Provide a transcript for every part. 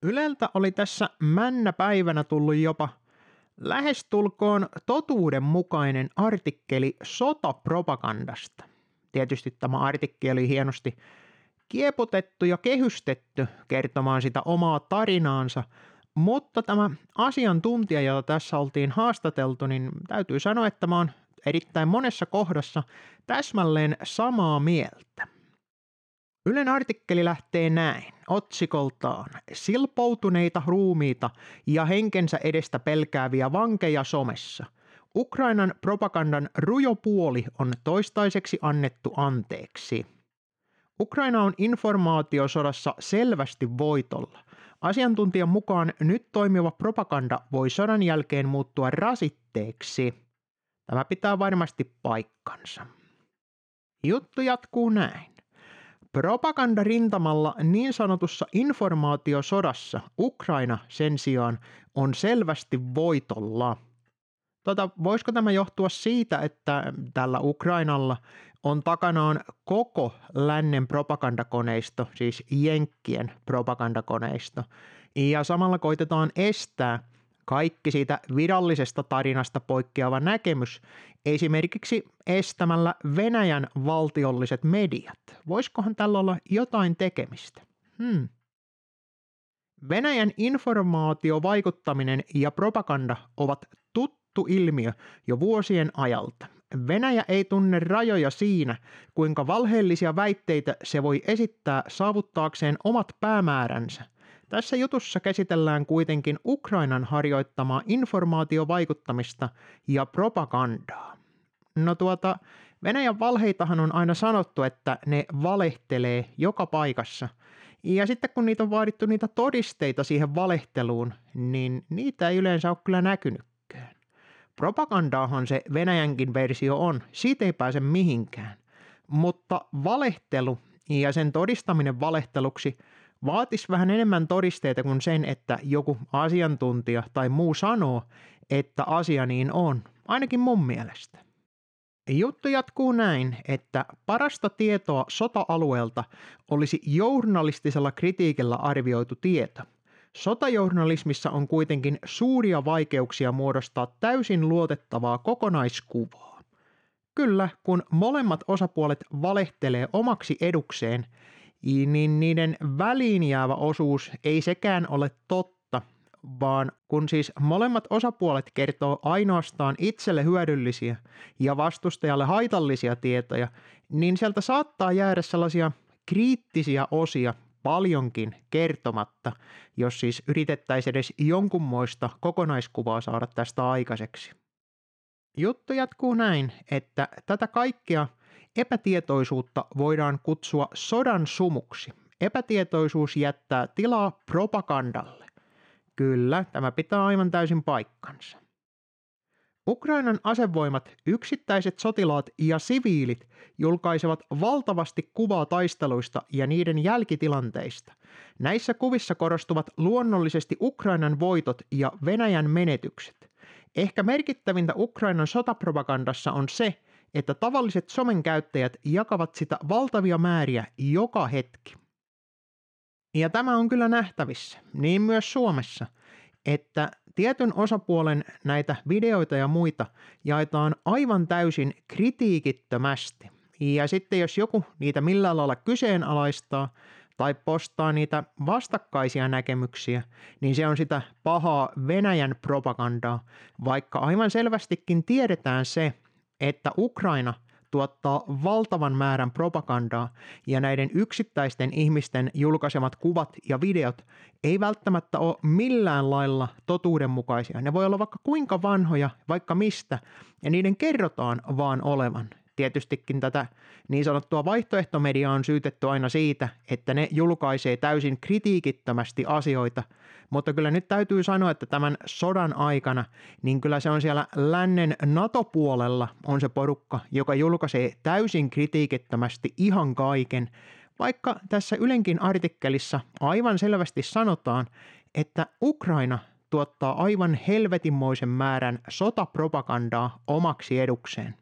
Yleltä oli tässä männäpäivänä tullut jopa lähestulkoon totuudenmukainen artikkeli sotapropagandasta. Tietysti tämä artikkeli oli hienosti kieputettu ja kehystetty kertomaan sitä omaa tarinaansa, mutta tämä asiantuntija, jota tässä oltiin haastateltu, niin täytyy sanoa, että mä oon erittäin monessa kohdassa täsmälleen samaa mieltä. Ylen artikkeli lähtee näin, otsikoltaan: silpoutuneita ruumiita ja henkensä edestä pelkääviä vankeja somessa. Ukrainan propagandan rujo puoli on toistaiseksi annettu anteeksi. Ukraina on informaatiosodassa selvästi voitolla. Asiantuntijan mukaan nyt toimiva propaganda voi sodan jälkeen muuttua rasitteeksi. Tämä pitää varmasti paikkansa. Juttu jatkuu näin. Propagandarintamalla niin sanotussa informaatiosodassa Ukraina sen sijaan on selvästi voitolla. Voisiko tämä johtua siitä, että tällä Ukrainalla on takanaan koko lännen propagandakoneisto, siis jenkkien propagandakoneisto, ja samalla koitetaan estää kaikki siitä virallisesta tarinasta poikkeava näkemys, esimerkiksi estämällä Venäjän valtiolliset mediat. Voisikohan tällä olla jotain tekemistä? Venäjän informaatiovaikuttaminen ja propaganda ovat tuttu ilmiö jo vuosien ajalta. Venäjä ei tunne rajoja siinä, kuinka valheellisia väitteitä se voi esittää saavuttaakseen omat päämääränsä. Tässä jutussa käsitellään kuitenkin Ukrainan harjoittamaa informaatiovaikuttamista ja propagandaa. Venäjän valheitahan on aina sanottu, että ne valehtelee joka paikassa. Ja sitten kun niitä on vaadittu niitä todisteita siihen valehteluun, niin niitä ei yleensä ole kyllä näkynytkään. Propagandaahan se Venäjänkin versio on, siitä ei pääse mihinkään. Mutta valehtelu ja sen todistaminen valehteluksi vaatisi vähän enemmän todisteita kuin sen, että joku asiantuntija tai muu sanoo, että asia niin on, ainakin mun mielestä. Juttu jatkuu näin, että parasta tietoa sota-alueelta olisi journalistisella kritiikillä arvioitu tieto. Sotajournalismissa on kuitenkin suuria vaikeuksia muodostaa täysin luotettavaa kokonaiskuvaa. Kyllä, kun molemmat osapuolet valehtelee omaksi edukseen, niin niiden väliin jäävä osuus ei sekään ole totta, vaan kun siis molemmat osapuolet kertoo ainoastaan itselle hyödyllisiä ja vastustajalle haitallisia tietoja, niin sieltä saattaa jäädä sellaisia kriittisiä osia paljonkin kertomatta, jos siis yritettäisiin edes jonkunmoista kokonaiskuvaa saada tästä aikaiseksi. Juttu jatkuu näin, että tätä kaikkea epätietoisuutta voidaan kutsua sodan sumuksi. Epätietoisuus jättää tilaa propagandalle. Kyllä, tämä pitää aivan täysin paikkansa. Ukrainan asevoimat, yksittäiset sotilaat ja siviilit julkaisevat valtavasti kuvaa taisteluista ja niiden jälkitilanteista. Näissä kuvissa korostuvat luonnollisesti Ukrainan voitot ja Venäjän menetykset. Ehkä merkittävintä Ukrainan sotapropagandassa on se, että tavalliset somen käyttäjät jakavat sitä valtavia määriä joka hetki. Ja tämä on kyllä nähtävissä, niin myös Suomessa, että tietyn osapuolen näitä videoita ja muita jaetaan aivan täysin kritiikittömästi. Ja sitten jos joku niitä millään lailla kyseenalaistaa tai postaa niitä vastakkaisia näkemyksiä, niin se on sitä pahaa Venäjän propagandaa, vaikka aivan selvästikin tiedetään se, että Ukraina tuottaa valtavan määrän propagandaa ja näiden yksittäisten ihmisten julkaisemat kuvat ja videot ei välttämättä ole millään lailla totuudenmukaisia. Ne voi olla vaikka kuinka vanhoja, vaikka mistä, ja niiden kerrotaan vaan olevan. Tietystikin tätä niin sanottua vaihtoehtomediaa on syytetty aina siitä, että ne julkaisee täysin kritiikittömästi asioita, mutta kyllä nyt täytyy sanoa, että tämän sodan aikana, niin kyllä se on siellä lännen NATO-puolella on se porukka, joka julkaisee täysin kritiikittömästi ihan kaiken, vaikka tässä Ylenkin artikkelissa aivan selvästi sanotaan, että Ukraina tuottaa aivan helvetinmoisen määrän sotapropagandaa omaksi edukseen.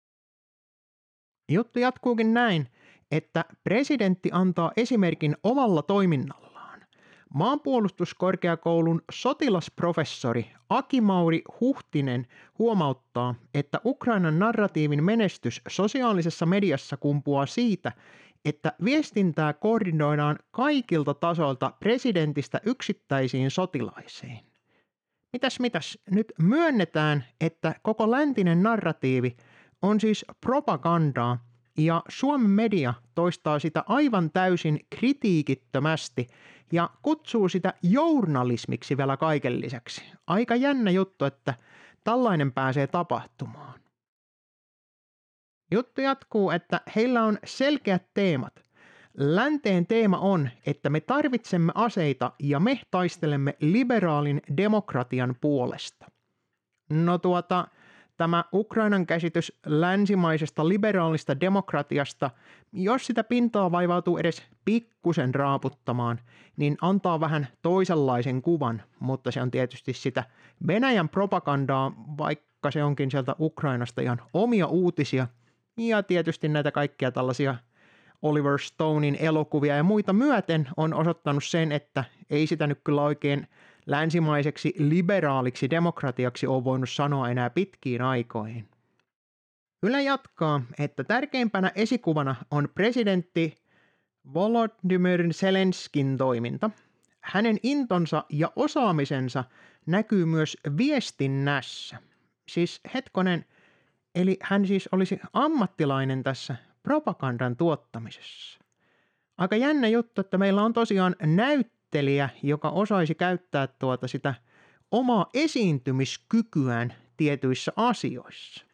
Juttu jatkuukin näin, että presidentti antaa esimerkin omalla toiminnallaan. Maanpuolustuskorkeakoulun sotilasprofessori Aki-Mauri Huhtinen huomauttaa, että Ukrainan narratiivin menestys sosiaalisessa mediassa kumpuaa siitä, että viestintää koordinoidaan kaikilta tasoilta presidentistä yksittäisiin sotilaisiin. Mitäs, nyt myönnetään, että koko läntinen narratiivi on siis propagandaa ja Suomen media toistaa sitä aivan täysin kritiikittömästi ja kutsuu sitä journalismiksi vielä kaiken lisäksi. Aika jännä juttu, että tällainen pääsee tapahtumaan. Juttu jatkuu, että heillä on selkeät teemat. Länteen teema on, että me tarvitsemme aseita ja me taistelemme liberaalin demokratian puolesta. No tämä Ukrainan käsitys länsimaisesta liberaalista demokratiasta, jos sitä pintaa vaivautuu edes pikkusen raaputtamaan, niin antaa vähän toisenlaisen kuvan, mutta se on tietysti sitä Venäjän propagandaa, vaikka se onkin sieltä Ukrainasta ihan omia uutisia, ja tietysti näitä kaikkia tällaisia Oliver Stonein elokuvia ja muita myöten on osoittanut sen, että ei sitä nyt kyllä oikein länsimaiseksi liberaaliksi demokratiaksi ole voinut sanoa enää pitkiin aikoihin. Yle jatkaa, että tärkeimpänä esikuvana on presidentti Volodymyr Zelenskin toiminta. Hänen intonsa ja osaamisensa näkyy myös viestinnässä. Siis hetkonen, eli hän siis olisi ammattilainen tässä propagandan tuottamisessa. Aika jännä juttu, että meillä on tosiaan näyttelijä, joka osaisi käyttää sitä omaa esiintymiskykyään tietyissä asioissa.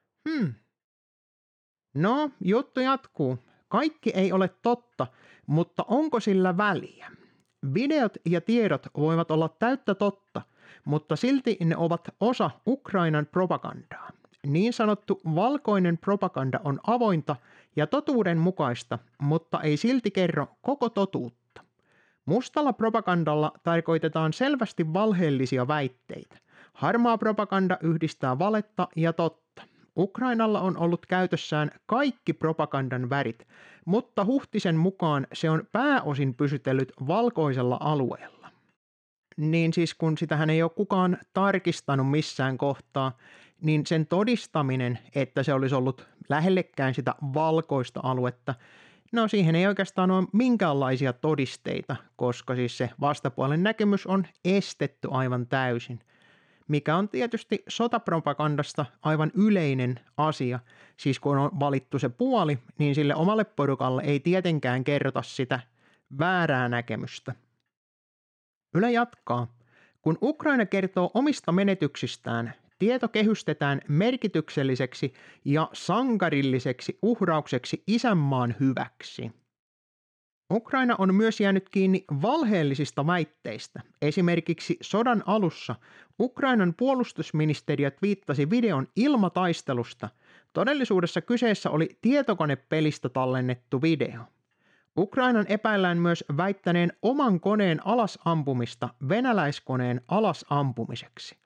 No, juttu jatkuu. Kaikki ei ole totta, mutta onko sillä väliä? Videot ja tiedot voivat olla täyttä totta, mutta silti ne ovat osa Ukrainan propagandaa. Niin sanottu valkoinen propaganda on avointa ja totuudenmukaista, mutta ei silti kerro koko totuutta. Mustalla propagandalla tarkoitetaan selvästi valheellisia väitteitä. Harmaa propaganda yhdistää valetta ja totta. Ukrainalla on ollut käytössään kaikki propagandan värit, mutta Huhtisen mukaan se on pääosin pysytellyt valkoisella alueella. Niin siis kun sitähän ei ole kukaan tarkistanut missään kohtaa, niin sen todistaminen, että se olisi ollut lähellekään sitä valkoista aluetta, no siihen ei oikeastaan ole minkäänlaisia todisteita, koska siis se vastapuolen näkemys on estetty aivan täysin, mikä on tietysti sotapropagandasta aivan yleinen asia. Siis kun on valittu se puoli, niin sille omalle porukalle ei tietenkään kerrota sitä väärää näkemystä. Yle jatkaa. Kun Ukraina kertoo omista menetyksistään, tieto kehystetään merkitykselliseksi ja sankarilliseksi uhraukseksi isänmaan hyväksi. Ukraina on myös jäänyt kiinni valheellisista väitteistä. Esimerkiksi sodan alussa Ukrainan puolustusministeriö twiittasi videon ilmataistelusta. Todellisuudessa kyseessä oli tietokonepelistä tallennettu video. Ukrainan epäillään myös väittäneen oman koneen alasampumista venäläiskoneen alasampumiseksi.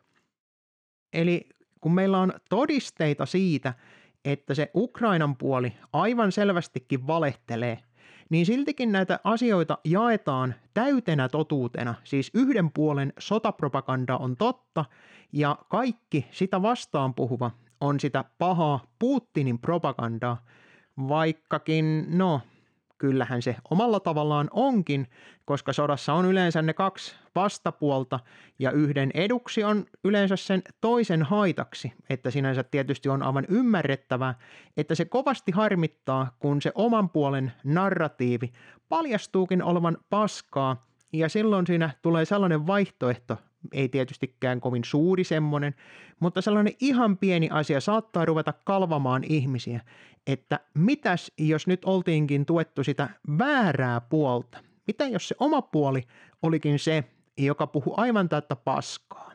Eli kun meillä on todisteita siitä, että se Ukrainan puoli aivan selvästikin valehtelee, niin siltikin näitä asioita jaetaan täytenä totuutena, siis yhden puolen sotapropaganda on totta ja kaikki sitä vastaan puhuva on sitä pahaa Putinin propagandaa, vaikkakin kyllähän se omalla tavallaan onkin, koska sodassa on yleensä ne kaksi vastapuolta ja yhden eduksi on yleensä sen toisen haitaksi, että sinänsä tietysti on aivan ymmärrettävää, että se kovasti harmittaa, kun se oman puolen narratiivi paljastuukin olevan paskaa ja silloin siinä tulee sellainen vaihtoehto, ei tietystikään kovin suuri semmoinen, mutta sellainen ihan pieni asia saattaa ruveta kalvamaan ihmisiä, että mitäs jos nyt oltiinkin tuettu sitä väärää puolta? Mitä jos se oma puoli olikin se, joka puhui aivan täyttä paskaa?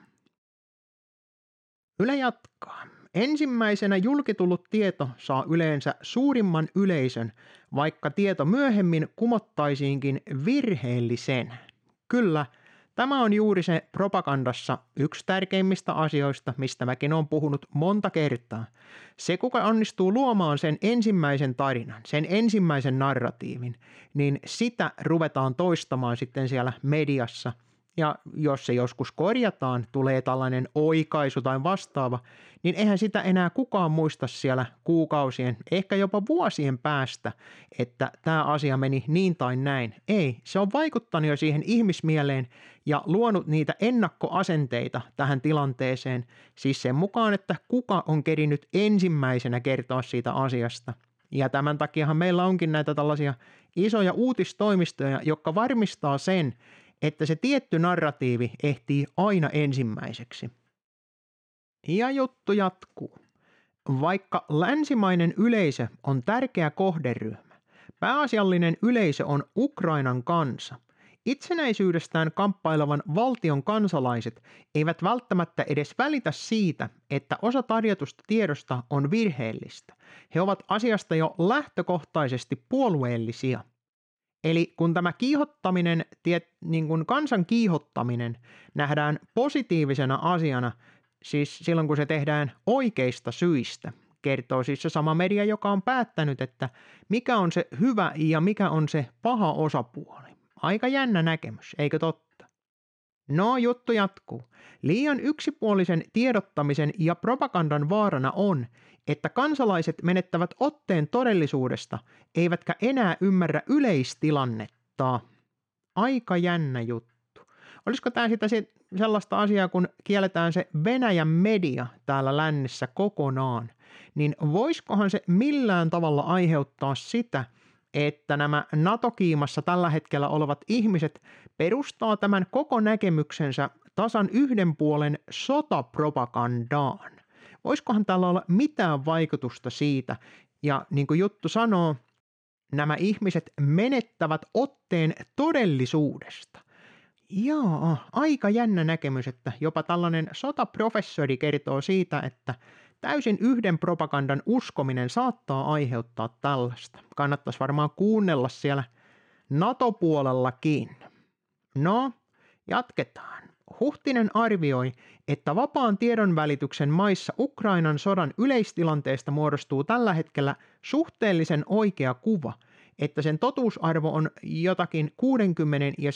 Yle jatkaa. Ensimmäisenä julkitullut tieto saa yleensä suurimman yleisön, vaikka tieto myöhemmin kumottaisiinkin virheellisenä. Kyllä, Tämä on juuri se propagandassa yksi tärkeimmistä asioista, mistä mäkin olen puhunut monta kertaa. Se, kuka onnistuu luomaan sen ensimmäisen tarinan, sen ensimmäisen narratiivin, niin sitä ruvetaan toistamaan sitten siellä mediassa. Ja jos se joskus korjataan, tulee tällainen oikaisu tai vastaava, niin eihän sitä enää kukaan muista siellä kuukausien, ehkä jopa vuosien päästä, että tämä asia meni niin tai näin. Ei, se on vaikuttanut jo siihen ihmismieleen ja luonut niitä ennakkoasenteita tähän tilanteeseen, siis sen mukaan, että kuka on kerinyt ensimmäisenä kertoa siitä asiasta. Ja tämän takiahan meillä onkin näitä tällaisia isoja uutistoimistoja, jotka varmistaa sen, että se tietty narratiivi ehtii aina ensimmäiseksi. Ja juttu jatkuu. Vaikka länsimainen yleisö on tärkeä kohderyhmä, pääasiallinen yleisö on Ukrainan kansa. Itsenäisyydestään kamppailevan valtion kansalaiset eivät välttämättä edes välitä siitä, että osa tarjotusta tiedosta on virheellistä. He ovat asiasta jo lähtökohtaisesti puolueellisia. Eli kun tämä kiihottaminen, niin kuin kansan kiihottaminen nähdään positiivisena asiana, siis silloin kun se tehdään oikeista syistä, kertoo siis se sama media, joka on päättänyt, että mikä on se hyvä ja mikä on se paha osapuoli. Aika jännä näkemys, eikö totta? No, juttu jatkuu. Liian yksipuolisen tiedottamisen ja propagandan vaarana on, että kansalaiset menettävät otteen todellisuudesta, eivätkä enää ymmärrä yleistilannetta. Aika jännä juttu. Olisiko tämä sitä sellaista asiaa, kun kielletään se Venäjän media täällä lännessä kokonaan, niin voisikohan se millään tavalla aiheuttaa sitä, että nämä NATO-kiimassa tällä hetkellä olevat ihmiset perustaa tämän koko näkemyksensä tasan yhden puolen sotapropagandaan? Voisikohan tällä olla mitään vaikutusta siitä? Ja niin kuin juttu sanoo, nämä ihmiset menettävät otteen todellisuudesta. Jaa, aika jännä näkemys, että jopa tällainen sotaprofessori kertoo siitä, että täysin yhden propagandan uskominen saattaa aiheuttaa tällaista. Kannattaisi varmaan kuunnella siellä NATO-puolellakin. No, jatketaan. Huhtinen arvioi, että vapaan tiedonvälityksen maissa Ukrainan sodan yleistilanteesta muodostuu tällä hetkellä suhteellisen oikea kuva, että sen totuusarvo on jotakin 60 ja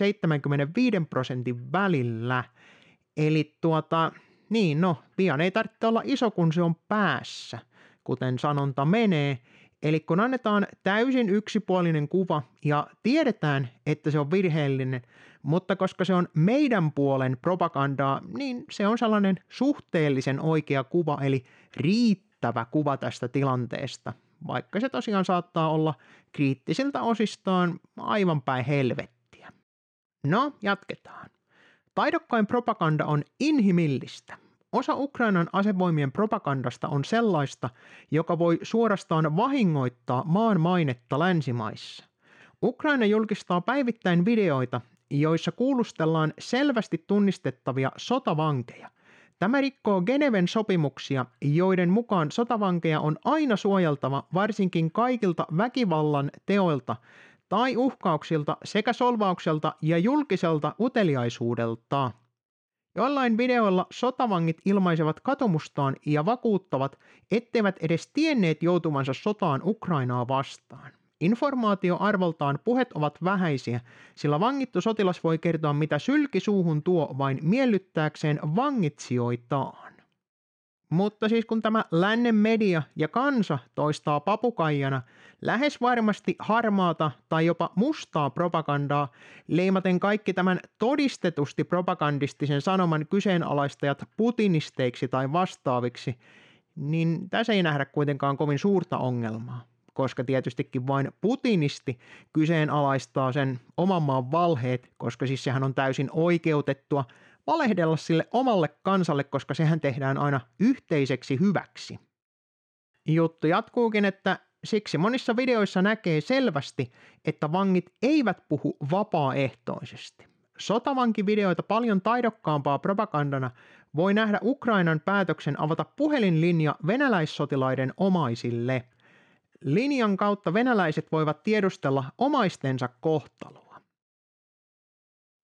75% välillä. Eli pian ei tarvitse olla iso, kun se on päässä, kuten sanonta menee. Eli kun annetaan täysin yksipuolinen kuva ja tiedetään, että se on virheellinen, mutta koska se on meidän puolen propagandaa, niin se on sellainen suhteellisen oikea kuva, eli riittävä kuva tästä tilanteesta, vaikka se tosiaan saattaa olla kriittisiltä osistaan aivan päin helvettiä. No, jatketaan. Taidokkain propaganda on inhimillistä. Osa Ukrainan asevoimien propagandasta on sellaista, joka voi suorastaan vahingoittaa maan mainetta länsimaissa. Ukraina julkistaa päivittäin videoita, joissa kuulustellaan selvästi tunnistettavia sotavankeja. Tämä rikkoo Geneven sopimuksia, joiden mukaan sotavankeja on aina suojeltava varsinkin kaikilta väkivallan teoilta tai uhkauksilta sekä solvaukselta ja julkiselta uteliaisuudelta. Joillain videoilla sotavangit ilmaisevat katumustaan ja vakuuttavat, etteivät edes tienneet joutuvansa sotaan Ukrainaa vastaan. Informaatioarvoltaan puheet ovat vähäisiä, sillä vangittu sotilas voi kertoa mitä sylki suuhun tuo vain miellyttääkseen vangitsijoitaan. Mutta siis kun tämä lännen media ja kansa toistaa papukaijana lähes varmasti harmaata tai jopa mustaa propagandaa, leimaten kaikki tämän todistetusti propagandistisen sanoman kyseenalaistajat putinisteiksi tai vastaaviksi, niin tässä ei nähdä kuitenkaan kovin suurta ongelmaa, koska tietystikin vain putinisti kyseenalaistaa sen oman maan valheet, koska siis sehän on täysin oikeutettua valehdella sille omalle kansalle, koska sehän tehdään aina yhteiseksi hyväksi. Juttu jatkuukin, että siksi monissa videoissa näkee selvästi, että vangit eivät puhu vapaaehtoisesti. Sotavankivideoita paljon taidokkaampaa propagandana voi nähdä Ukrainan päätöksen avata puhelinlinja venäläissotilaiden omaisille. Linjan kautta venäläiset voivat tiedustella omaistensa kohtaloa.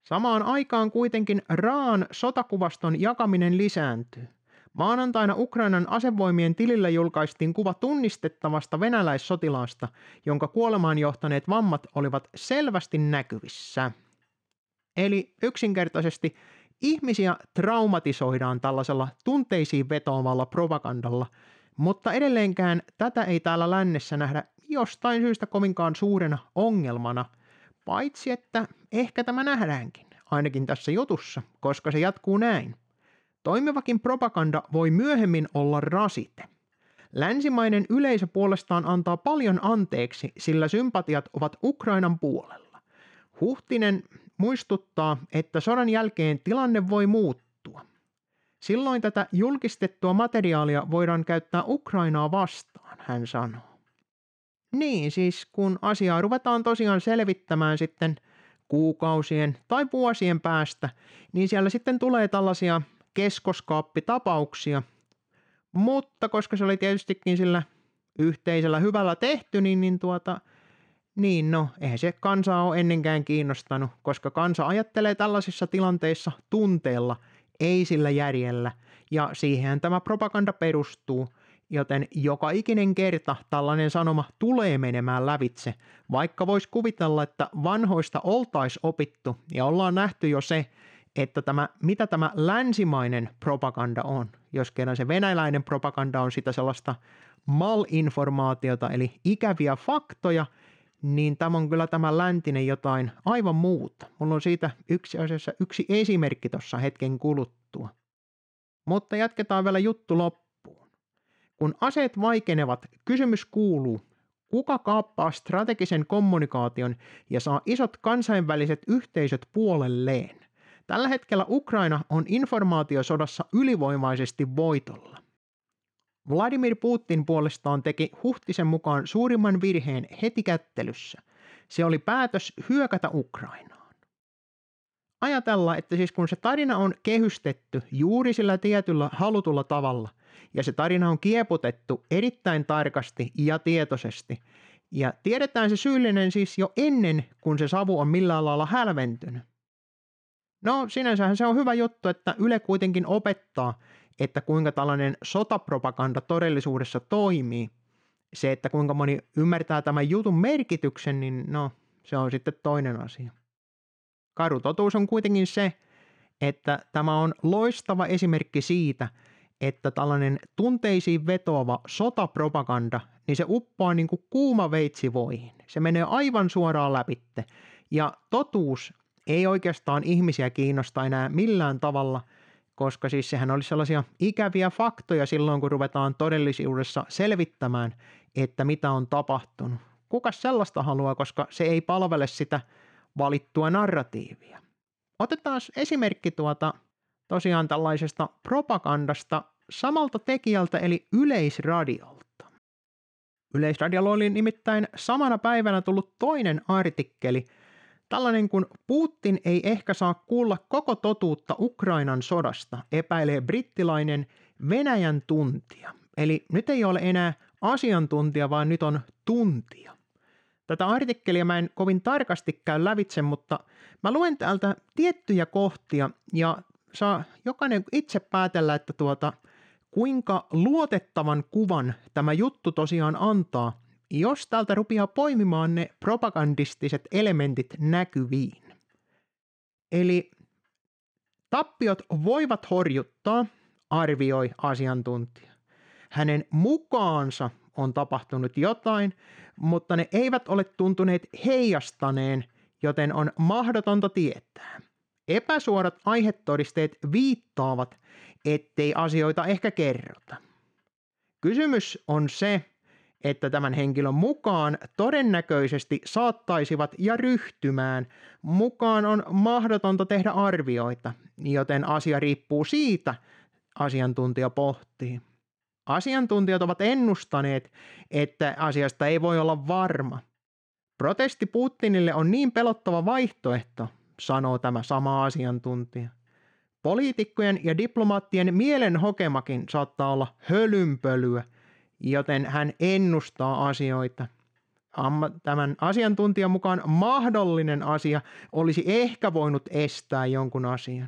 Samaan aikaan kuitenkin raaan sotakuvaston jakaminen lisääntyy. Maanantaina Ukrainan asevoimien tilillä julkaistiin kuva tunnistettavasta venäläissotilaasta, jonka kuolemaan johtaneet vammat olivat selvästi näkyvissä. Eli yksinkertaisesti ihmisiä traumatisoidaan tällaisella tunteisiin vetoavalla propagandalla, mutta edelleenkään tätä ei täällä lännessä nähdä jostain syystä kovinkaan suurena ongelmana, paitsi että ehkä tämä nähdäänkin, ainakin tässä jutussa, koska se jatkuu näin. Toimivakin propaganda voi myöhemmin olla rasite. Länsimainen yleisö puolestaan antaa paljon anteeksi, sillä sympatiat ovat Ukrainan puolella. Huhtinen muistuttaa, että sodan jälkeen tilanne voi muuttua. Silloin tätä julkistettua materiaalia voidaan käyttää Ukrainaa vastaan, hän sanoo. Niin, siis kun asiaa ruvetaan tosiaan selvittämään sitten kuukausien tai vuosien päästä, niin siellä sitten tulee tällaisia keskoskaappitapauksia, mutta koska se oli tietystikin sillä yhteisellä hyvällä tehty, niin eihän se kansaa ole ennenkään kiinnostanut, koska kansa ajattelee tällaisissa tilanteissa tunteella, ei sillä järjellä, ja siihen tämä propaganda perustuu, joten joka ikinen kerta tällainen sanoma tulee menemään lävitse, vaikka voisi kuvitella, että vanhoista oltaisi opittu ja ollaan nähty jo se, että mitä tämä länsimainen propaganda on, jos kerran se venäläinen propaganda on sitä sellaista malinformaatiota, eli ikäviä faktoja, niin tämä on kyllä tämä läntinen jotain aivan muuta. Mulla on siitä yksi esimerkki tuossa hetken kuluttua. Mutta jatketaan vielä juttu loppuun. Kun aseet vaikenevat, kysymys kuuluu, kuka kaappaa strategisen kommunikaation ja saa isot kansainväliset yhteisöt puolelleen? Tällä hetkellä Ukraina on informaatiosodassa ylivoimaisesti voitolla. Vladimir Putin puolestaan teki Huhtisen mukaan suurimman virheen heti kättelyssä. Se oli päätös hyökätä Ukrainaan. Ajatellaan, että siis kun se tarina on kehystetty juuri sillä tietyllä halutulla tavalla, ja se tarina on kieputettu erittäin tarkasti ja tietoisesti, ja tiedetään se syyllinen siis jo ennen kuin se savu on millään lailla hälventynyt. No sinänsähän se on hyvä juttu, että Yle kuitenkin opettaa, että kuinka tällainen sotapropaganda todellisuudessa toimii. Se, että kuinka moni ymmärtää tämän jutun merkityksen, niin se on sitten toinen asia. Karu totuus on kuitenkin se, että tämä on loistava esimerkki siitä, että tällainen tunteisiin vetoava sotapropaganda, niin se uppoaa niin kuin kuuma veitsi voihin. Se menee aivan suoraan läpitte. Ja totuus ei oikeastaan ihmisiä kiinnosta enää millään tavalla, koska siis sehän oli sellaisia ikäviä faktoja silloin, kun ruvetaan todellisuudessa selvittämään, että mitä on tapahtunut. Kukas sellaista haluaa, koska se ei palvele sitä valittua narratiivia. Otetaan esimerkki tosiaan tällaisesta propagandasta samalta tekijältä eli Yleisradiolta. Yleisradiolla oli nimittäin samana päivänä tullut toinen artikkeli, tällainen kun Putin ei ehkä saa kuulla koko totuutta Ukrainan sodasta, epäilee brittiläinen Venäjän tuntija. Eli nyt ei ole enää asiantuntija, vaan nyt on tuntija. Tätä artikkelia mä en kovin tarkasti käy lävitse, mutta mä luen täältä tiettyjä kohtia ja saa jokainen itse päätellä, että kuinka luotettavan kuvan tämä juttu tosiaan antaa, jos täältä rupeaa poimimaan ne propagandistiset elementit näkyviin. Eli tappiot voivat horjuttaa, arvioi asiantuntija. Hänen mukaansa on tapahtunut jotain, mutta ne eivät ole tuntuneet heijastaneen, joten on mahdotonta tietää. Epäsuorat aihetodisteet viittaavat, ettei asioita ehkä kerrota. Kysymys on se, että tämän henkilön mukaan todennäköisesti saattaisivat ja ryhtymään mukaan on mahdotonta tehdä arvioita, joten asia riippuu siitä, asiantuntija pohtii. Asiantuntijat ovat ennustaneet, että asiasta ei voi olla varma. Protesti Putinille on niin pelottava vaihtoehto, sanoo tämä sama asiantuntija. Poliitikkojen ja diplomaattien mielenhokemakin saattaa olla hölynpölyä, joten hän ennustaa asioita. tämän asiantuntijan mukaan mahdollinen asia olisi ehkä voinut estää jonkun asian.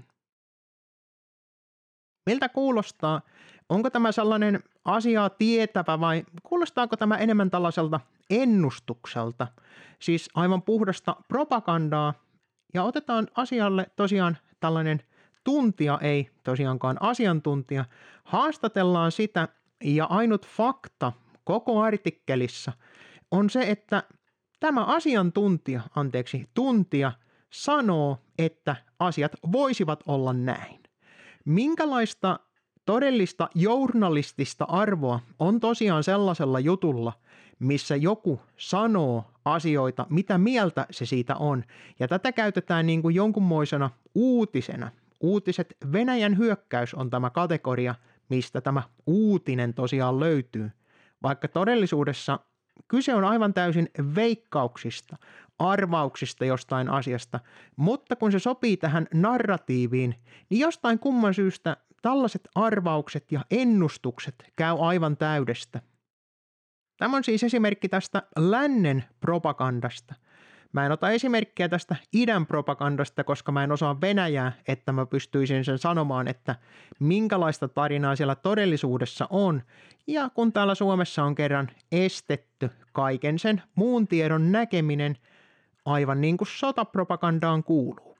Miltä kuulostaa? Onko tämä sellainen asiaa tietävä vai kuulostaako tämä enemmän tällaiselta ennustukselta? Siis aivan puhdasta propagandaa. Ja otetaan asialle tosiaan tällainen tuntija, ei tosiaankaan asiantuntija. Haastatellaan sitä ja ainut fakta koko artikkelissa on se, että tämä tuntija sanoo, että asiat voisivat olla näin. Minkälaista todellista journalistista arvoa on tosiaan sellaisella jutulla, missä joku sanoo asioita, mitä mieltä se siitä on. Ja tätä käytetään niin kuin jonkunmoisena uutisena. Uutiset, Venäjän hyökkäys on tämä kategoria, mistä tämä uutinen tosiaan löytyy. Vaikka todellisuudessa kyse on aivan täysin veikkauksista, arvauksista jostain asiasta, mutta kun se sopii tähän narratiiviin, niin jostain kumman syystä tällaiset arvaukset ja ennustukset käy aivan täydestä. Tämä on siis esimerkki tästä lännen propagandasta. Mä en ota esimerkkiä tästä idän propagandasta, koska mä en osaa venäjää, että mä pystyisin sen sanomaan, että minkälaista tarinaa siellä todellisuudessa on. Ja kun täällä Suomessa on kerran estetty kaiken sen muun tiedon näkeminen, aivan niin kuin sotapropagandaan kuuluu.